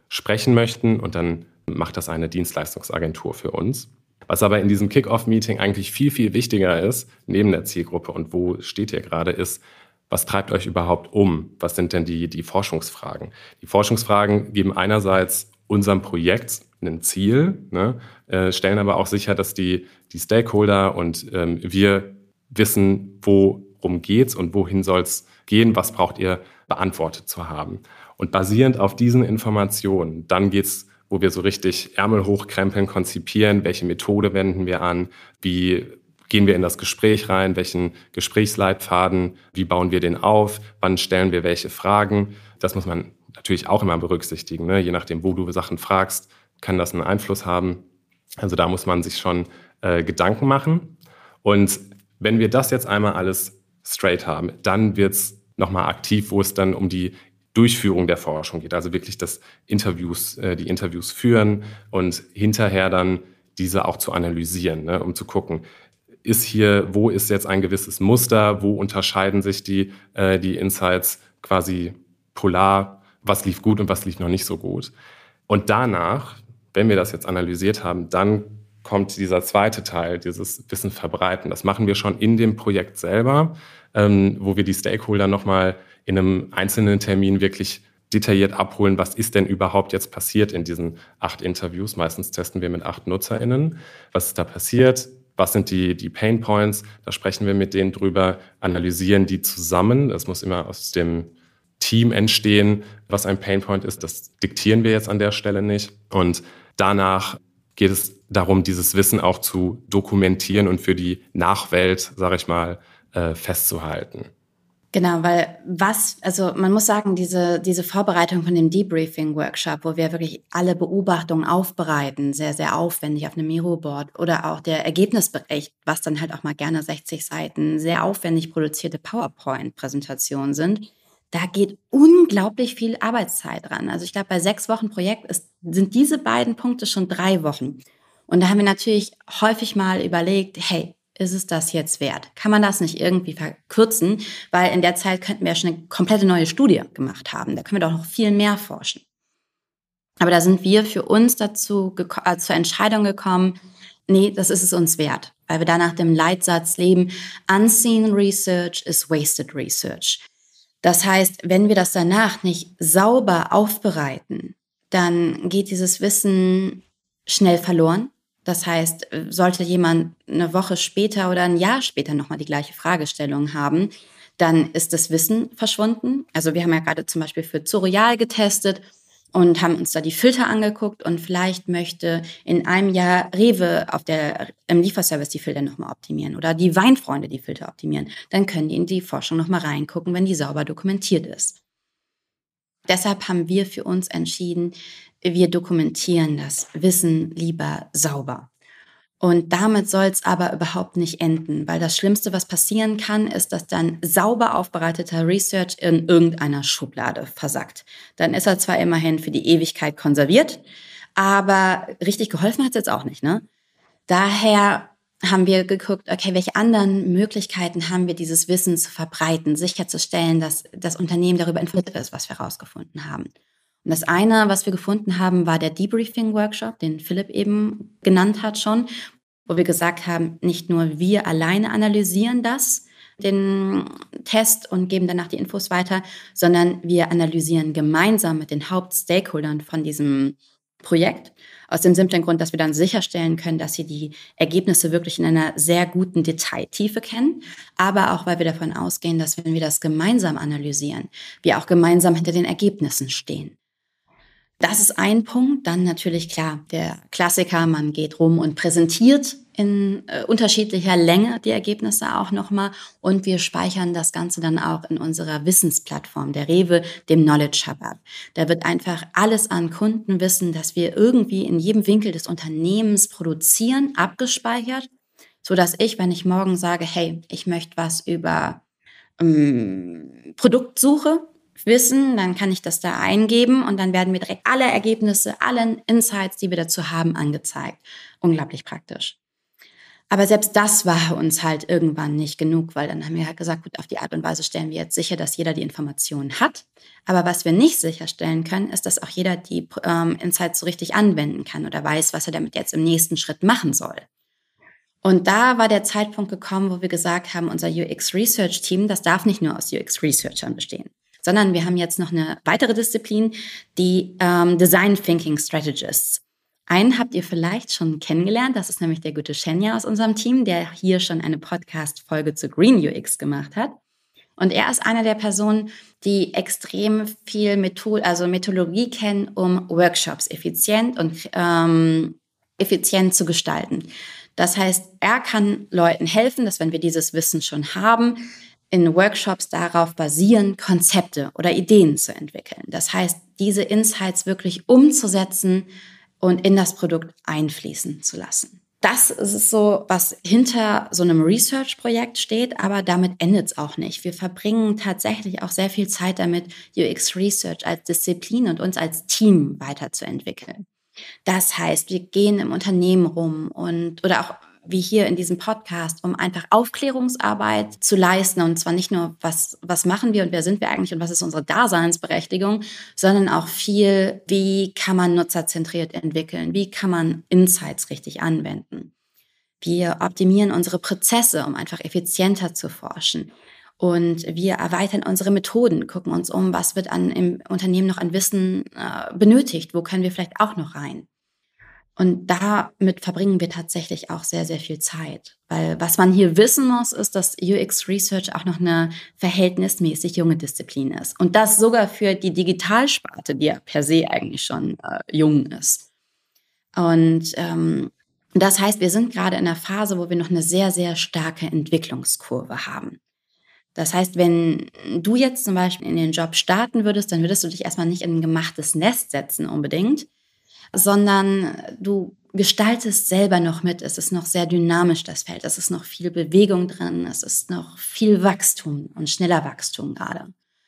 sprechen möchten und dann macht das eine Dienstleistungsagentur für uns. Was aber in diesem Kick-Off-Meeting eigentlich viel, viel wichtiger ist, neben der Zielgruppe und wo steht ihr gerade, ist, was treibt euch überhaupt um? Was sind denn die, die Forschungsfragen? Die Forschungsfragen geben einerseits unserem Projekt ein Ziel, ne, äh, stellen aber auch sicher, dass die, die Stakeholder und ähm, wir wissen, worum geht's und wohin soll's gehen, was braucht ihr beantwortet zu haben. Und basierend auf diesen Informationen, dann geht's, wo wir so richtig Ärmel hochkrempeln, konzipieren, welche Methode wenden wir an, wie gehen wir in das Gespräch rein, welchen Gesprächsleitfaden, wie bauen wir den auf, wann stellen wir welche Fragen. Das muss man natürlich auch immer berücksichtigen, ne? Je nachdem, wo du Sachen fragst, kann das einen Einfluss haben. Also da muss man sich schon äh, Gedanken machen. Und wenn wir das jetzt einmal alles straight haben, dann wird's nochmal aktiv, wo es dann um die Durchführung der Forschung geht. Also wirklich das Interviews, äh, die Interviews führen und hinterher dann diese auch zu analysieren, ne? Um zu gucken, ist hier, wo ist jetzt ein gewisses Muster, wo unterscheiden sich die, äh, die Insights quasi polar, was lief gut und was lief noch nicht so gut. Und danach, wenn wir das jetzt analysiert haben, dann kommt dieser zweite Teil, dieses Wissen verbreiten. Das machen wir schon in dem Projekt selber, ähm, wo wir die Stakeholder nochmal in einem einzelnen Termin wirklich detailliert abholen, was ist denn überhaupt jetzt passiert in diesen acht Interviews. Meistens testen wir mit acht NutzerInnen. Was ist da passiert? Was sind die, die Pain Points? Da sprechen wir mit denen drüber, analysieren die zusammen. Das muss immer aus dem Team entstehen, was ein Pain Point ist. Das diktieren wir jetzt an der Stelle nicht. Und danach geht es darum, dieses Wissen auch zu dokumentieren und für die Nachwelt, sage ich mal, äh, festzuhalten. Genau, weil was, also man muss sagen, diese, diese Vorbereitung von dem Debriefing-Workshop, wo wir wirklich alle Beobachtungen aufbereiten, sehr, sehr aufwendig auf einem Miroboard oder auch der Ergebnisbericht, was dann halt auch mal gerne sechzig Seiten sehr aufwendig produzierte PowerPoint-Präsentationen sind, da geht unglaublich viel Arbeitszeit dran. Also ich glaube, bei sechs Wochen Projekt ist, sind diese beiden Punkte schon drei Wochen. Und da haben wir natürlich häufig mal überlegt, hey, ist es das jetzt wert? Kann man das nicht irgendwie verkürzen? Weil in der Zeit könnten wir ja schon eine komplette neue Studie gemacht haben. Da können wir doch noch viel mehr forschen. Aber da sind wir für uns dazu geko- äh, zur Entscheidung gekommen, nee, das ist es uns wert. Weil wir da nach dem Leitsatz leben, unseen research is wasted research. Das heißt, wenn wir das danach nicht sauber aufbereiten, dann geht dieses Wissen schnell verloren. Das heißt, sollte jemand eine Woche später oder ein Jahr später nochmal die gleiche Fragestellung haben, dann ist das Wissen verschwunden. Also wir haben ja gerade zum Beispiel für Zoreal getestet und haben uns da die Filter angeguckt und vielleicht möchte in einem Jahr Rewe auf der, im Lieferservice die Filter nochmal optimieren oder die Weinfreunde die Filter optimieren. Dann können die in die Forschung nochmal reingucken, wenn die sauber dokumentiert ist. Deshalb haben wir für uns entschieden, wir dokumentieren das Wissen lieber sauber. Und damit soll es aber überhaupt nicht enden, weil das Schlimmste, was passieren kann, ist, dass dann sauber aufbereiteter Research in irgendeiner Schublade versackt. Dann ist er zwar immerhin für die Ewigkeit konserviert, aber richtig geholfen hat es jetzt auch nicht, ne? Daher haben wir geguckt, okay, welche anderen Möglichkeiten haben wir, dieses Wissen zu verbreiten, sicherzustellen, dass das Unternehmen darüber informiert ist, was wir herausgefunden haben. Und das eine, was wir gefunden haben, war der Debriefing-Workshop, den Philipp eben genannt hat schon, wo wir gesagt haben, nicht nur wir alleine analysieren das, den Test und geben danach die Infos weiter, sondern wir analysieren gemeinsam mit den Hauptstakeholdern von diesem Projekt. Aus dem simplen Grund, dass wir dann sicherstellen können, dass sie die Ergebnisse wirklich in einer sehr guten Detailtiefe kennen, aber auch, weil wir davon ausgehen, dass wenn wir das gemeinsam analysieren, wir auch gemeinsam hinter den Ergebnissen stehen. Das ist ein Punkt. Dann natürlich klar, der Klassiker, man geht rum und präsentiert in äh, unterschiedlicher Länge die Ergebnisse auch nochmal und wir speichern das Ganze dann auch in unserer Wissensplattform, der Rewe, dem Knowledge Hub ab. Da wird einfach alles an Kundenwissen, das wir irgendwie in jedem Winkel des Unternehmens produzieren, abgespeichert, sodass ich, wenn ich morgen sage, hey, ich möchte was über ähm, Produktsuche wissen, dann kann ich das da eingeben und dann werden mir direkt alle Ergebnisse, alle Insights, die wir dazu haben, angezeigt. Unglaublich praktisch. Aber selbst das war uns halt irgendwann nicht genug, weil dann haben wir halt gesagt, gut, auf die Art und Weise stellen wir jetzt sicher, dass jeder die Informationen hat. Aber was wir nicht sicherstellen können, ist, dass auch jeder die ähm, Insights so richtig anwenden kann oder weiß, was er damit jetzt im nächsten Schritt machen soll. Und da war der Zeitpunkt gekommen, wo wir gesagt haben, unser U X-Research-Team, das darf nicht nur aus U X-Researchern bestehen, sondern wir haben jetzt noch eine weitere Disziplin, die ähm, Design Thinking Strategists. Einen habt ihr vielleicht schon kennengelernt, das ist nämlich der gute Shenya aus unserem Team, der hier schon eine Podcast-Folge zu Green U X gemacht hat. Und er ist einer der Personen, die extrem viel Method- also Methodologie kennen, um Workshops effizient und ähm, effizient zu gestalten. Das heißt, er kann Leuten helfen, dass wenn wir dieses Wissen schon haben, in Workshops darauf basieren, Konzepte oder Ideen zu entwickeln. Das heißt, diese Insights wirklich umzusetzen und in das Produkt einfließen zu lassen. Das ist so, was hinter so einem Research-Projekt steht, aber damit endet es auch nicht. Wir verbringen tatsächlich auch sehr viel Zeit damit, U X-Research als Disziplin und uns als Team weiterzuentwickeln. Das heißt, wir gehen im Unternehmen rum und oder auch wie hier in diesem Podcast, um einfach Aufklärungsarbeit zu leisten. Und zwar nicht nur, was, was machen wir und wer sind wir eigentlich und was ist unsere Daseinsberechtigung, sondern auch viel, wie kann man nutzerzentriert entwickeln, wie kann man Insights richtig anwenden. Wir optimieren unsere Prozesse, um einfach effizienter zu forschen. Und wir erweitern unsere Methoden, gucken uns um, was wird an, im Unternehmen noch an Wissen äh, benötigt, wo können wir vielleicht auch noch rein. Und damit verbringen wir tatsächlich auch sehr, sehr viel Zeit. Weil was man hier wissen muss, ist, dass U X-Research auch noch eine verhältnismäßig junge Disziplin ist. Und das sogar für die Digitalsparte, die ja per se eigentlich schon äh, jung ist. Und ähm, das heißt, wir sind gerade in einer Phase, wo wir noch eine sehr, sehr starke Entwicklungskurve haben. Das heißt, wenn du jetzt zum Beispiel in den Job starten würdest, dann würdest du dich erstmal nicht in ein gemachtes Nest setzen unbedingt, sondern du gestaltest selber noch mit. Es ist noch sehr dynamisch, das Feld. Es ist noch viel Bewegung drin. Es ist noch viel Wachstum und schneller Wachstum gerade.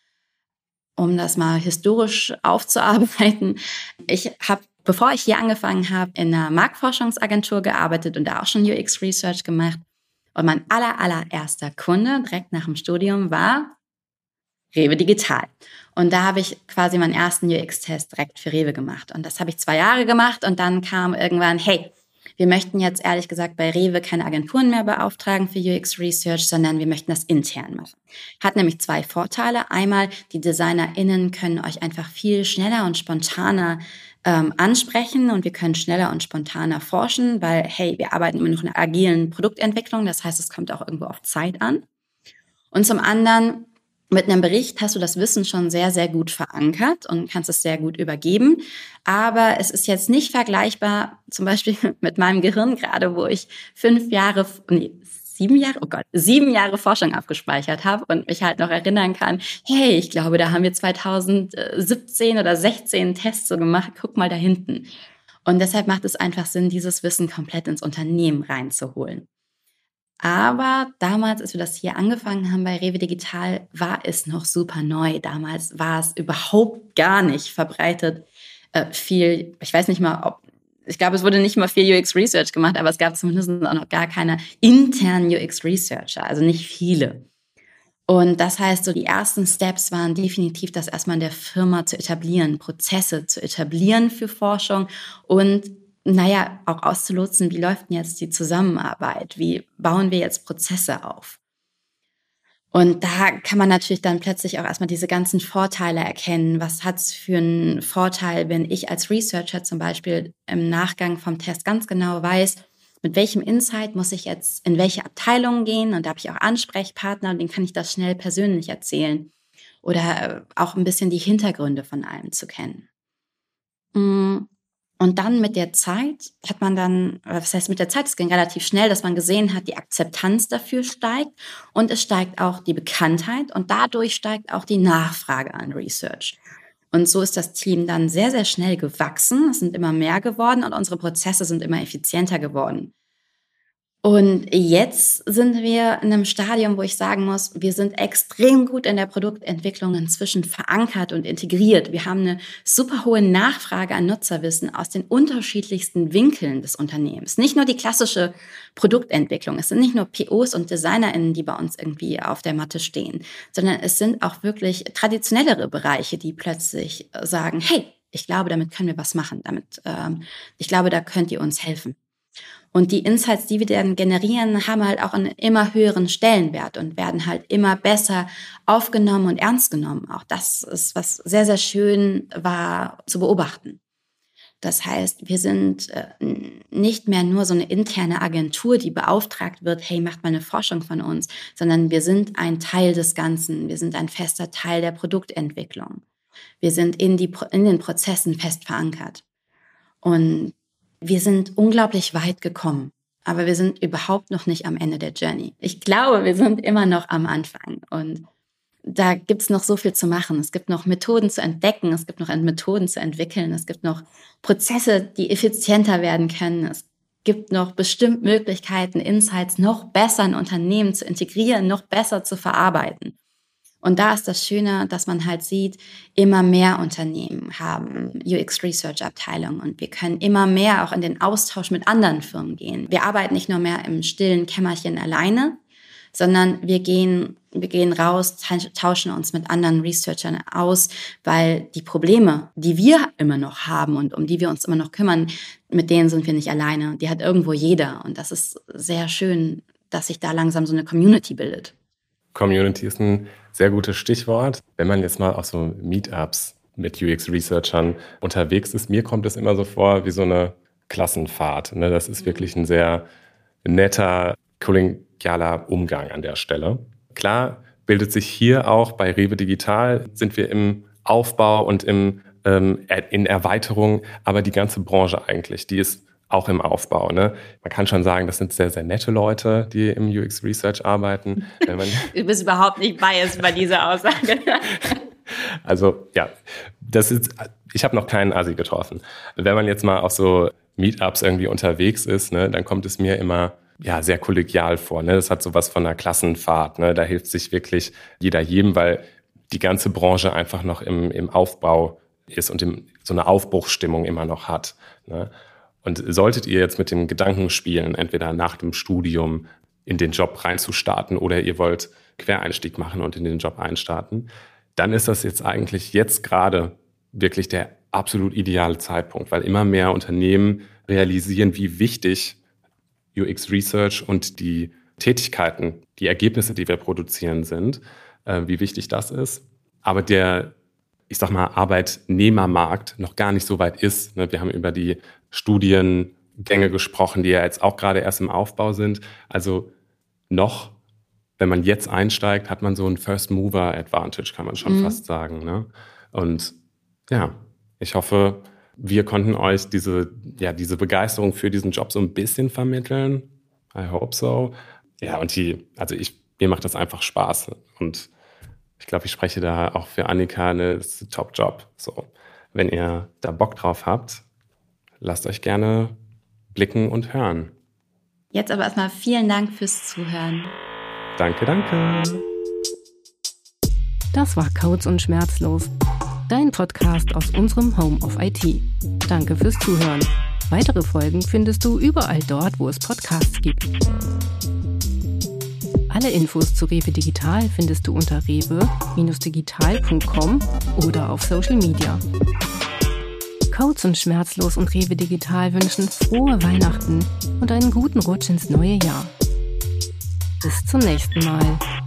Um das mal historisch aufzuarbeiten. Ich habe, bevor ich hier angefangen habe, in einer Marktforschungsagentur gearbeitet und da auch schon U X-Research gemacht. Und mein aller, allererster Kunde direkt nach dem Studium war Rewe Digital. Und da habe ich quasi meinen ersten U X-Test direkt für Rewe gemacht. Und das habe ich zwei Jahre gemacht und dann kam irgendwann, hey, wir möchten jetzt ehrlich gesagt bei Rewe keine Agenturen mehr beauftragen für U X-Research, sondern wir möchten das intern machen. Hat nämlich zwei Vorteile. Einmal, die DesignerInnen können euch einfach viel schneller und spontaner ähm, ansprechen und wir können schneller und spontaner forschen, weil, hey, wir arbeiten immer noch in einer agilen Produktentwicklung. Das heißt, es kommt auch irgendwo auf Zeit an. Und zum anderen, mit einem Bericht hast du das Wissen schon sehr, sehr gut verankert und kannst es sehr gut übergeben. Aber es ist jetzt nicht vergleichbar, zum Beispiel mit meinem Gehirn gerade, wo ich fünf Jahre, nee, sieben Jahre, oh Gott, sieben Jahre Forschung abgespeichert habe und mich halt noch erinnern kann, hey, ich glaube, da haben wir zweitausendsiebzehn oder sechzehn Tests so gemacht, guck mal da hinten. Und deshalb macht es einfach Sinn, dieses Wissen komplett ins Unternehmen reinzuholen. Aber damals, als wir das hier angefangen haben bei Rewe Digital, war es noch super neu. Damals war es überhaupt gar nicht verbreitet. Äh, viel, ich weiß nicht mal, ob, ich glaube, es wurde nicht mal viel U X-Research gemacht, aber es gab zumindest auch noch gar keine internen U X-Researcher, also nicht viele. Und das heißt, so die ersten Steps waren definitiv, das erstmal in der Firma zu etablieren, Prozesse zu etablieren für Forschung und naja, auch auszulotsen, wie läuft denn jetzt die Zusammenarbeit? Wie bauen wir jetzt Prozesse auf? Und da kann man natürlich dann plötzlich auch erstmal diese ganzen Vorteile erkennen. Was hat es für einen Vorteil, wenn ich als Researcher zum Beispiel im Nachgang vom Test ganz genau weiß, mit welchem Insight muss ich jetzt in welche Abteilung gehen? Und da habe ich auch Ansprechpartner und denen kann ich das schnell persönlich erzählen. Oder auch ein bisschen die Hintergründe von allem zu kennen. Mm. Und dann mit der Zeit hat man dann, was heißt mit der Zeit, es ging relativ schnell, dass man gesehen hat, die Akzeptanz dafür steigt und es steigt auch die Bekanntheit und dadurch steigt auch die Nachfrage an Research. Und so ist das Team dann sehr, sehr schnell gewachsen, es sind immer mehr geworden und unsere Prozesse sind immer effizienter geworden. Und jetzt sind wir in einem Stadium, wo ich sagen muss, wir sind extrem gut in der Produktentwicklung inzwischen verankert und integriert. Wir haben eine super hohe Nachfrage an Nutzerwissen aus den unterschiedlichsten Winkeln des Unternehmens. Nicht nur die klassische Produktentwicklung. Es sind nicht nur P Os und DesignerInnen, die bei uns irgendwie auf der Matte stehen, sondern es sind auch wirklich traditionellere Bereiche, die plötzlich sagen, hey, ich glaube, damit können wir was machen. Damit, ähm, ich glaube, da könnt ihr uns helfen. Und die Insights, die wir dann generieren, haben halt auch einen immer höheren Stellenwert und werden halt immer besser aufgenommen und ernst genommen. Auch das ist, was sehr, sehr schön war zu beobachten. Das heißt, wir sind nicht mehr nur so eine interne Agentur, die beauftragt wird, hey, macht mal eine Forschung von uns, sondern wir sind ein Teil des Ganzen. Wir sind ein fester Teil der Produktentwicklung. Wir sind in, die, in den Prozessen fest verankert. Und wir sind unglaublich weit gekommen, aber wir sind überhaupt noch nicht am Ende der Journey. Ich glaube, wir sind immer noch am Anfang und da gibt es noch so viel zu machen. Es gibt noch Methoden zu entdecken, es gibt noch Methoden zu entwickeln, es gibt noch Prozesse, die effizienter werden können. Es gibt noch bestimmt Möglichkeiten, Insights noch besser in Unternehmen zu integrieren, noch besser zu verarbeiten. Und da ist das Schöne, dass man halt sieht, immer mehr Unternehmen haben U X-Research-Abteilungen und wir können immer mehr auch in den Austausch mit anderen Firmen gehen. Wir arbeiten nicht nur mehr im stillen Kämmerchen alleine, sondern wir gehen, wir gehen raus, tauschen uns mit anderen Researchern aus, weil die Probleme, die wir immer noch haben und um die wir uns immer noch kümmern, mit denen sind wir nicht alleine. Die hat irgendwo jeder und das ist sehr schön, dass sich da langsam so eine Community bildet. Community ist ein sehr gutes Stichwort. Wenn man jetzt mal auf so Meetups mit U X-Researchern unterwegs ist, mir kommt es immer so vor wie so eine Klassenfahrt. Das ist wirklich ein sehr netter, kollegialer Umgang an der Stelle. Klar bildet sich hier auch bei Rewe Digital, sind wir im Aufbau und im, ähm, in Erweiterung, aber die ganze Branche eigentlich, die ist auch im Aufbau. Ne? Man kann schon sagen, das sind sehr, sehr nette Leute, die im U X-Research arbeiten. Wenn man du bist überhaupt nicht biased bei dieser Aussage. Also ja, das ist, ich habe noch keinen Assi getroffen. Wenn man jetzt mal auf so Meetups irgendwie unterwegs ist, ne, dann kommt es mir immer ja, sehr kollegial vor. Ne? Das hat sowas von einer Klassenfahrt. Ne? Da hilft sich wirklich jeder jedem, weil die ganze Branche einfach noch im, im Aufbau ist und im, so eine Aufbruchsstimmung immer noch hat. Ne? Und solltet ihr jetzt mit dem Gedanken spielen, entweder nach dem Studium in den Job reinzustarten oder ihr wollt Quereinstieg machen und in den Job einstarten, dann ist das jetzt eigentlich jetzt gerade wirklich der absolut ideale Zeitpunkt, weil immer mehr Unternehmen realisieren, wie wichtig U X-Research und die Tätigkeiten, die Ergebnisse, die wir produzieren, sind, äh, wie wichtig das ist. Aber der, ich sag mal, Arbeitnehmermarkt noch gar nicht so weit ist. Ne? Wir haben über die Studiengänge gesprochen, die ja jetzt auch gerade erst im Aufbau sind. Also noch, wenn man jetzt einsteigt, hat man so ein First-Mover-Advantage, kann man schon mhm. fast sagen. Ne? Und ja, ich hoffe, wir konnten euch diese, ja, diese Begeisterung für diesen Job so ein bisschen vermitteln. I hope so. Ja, und die, also ich, mir macht das einfach Spaß. Und ich glaube, ich spreche da auch für Annika, ne, das ist ein Top-Job. So, wenn ihr da Bock drauf habt, lasst euch gerne blicken und hören. Jetzt aber erstmal vielen Dank fürs Zuhören. Danke, danke. Das war Codes und Schmerzlos, dein Podcast aus unserem Home of I T. Danke fürs Zuhören. Weitere Folgen findest du überall dort, wo es Podcasts gibt. Alle Infos zu Rewe Digital findest du unter rewe Digital punkt com oder auf Social Media. Codes und Schmerzlos und Rewe Digital wünschen frohe Weihnachten und einen guten Rutsch ins neue Jahr. Bis zum nächsten Mal.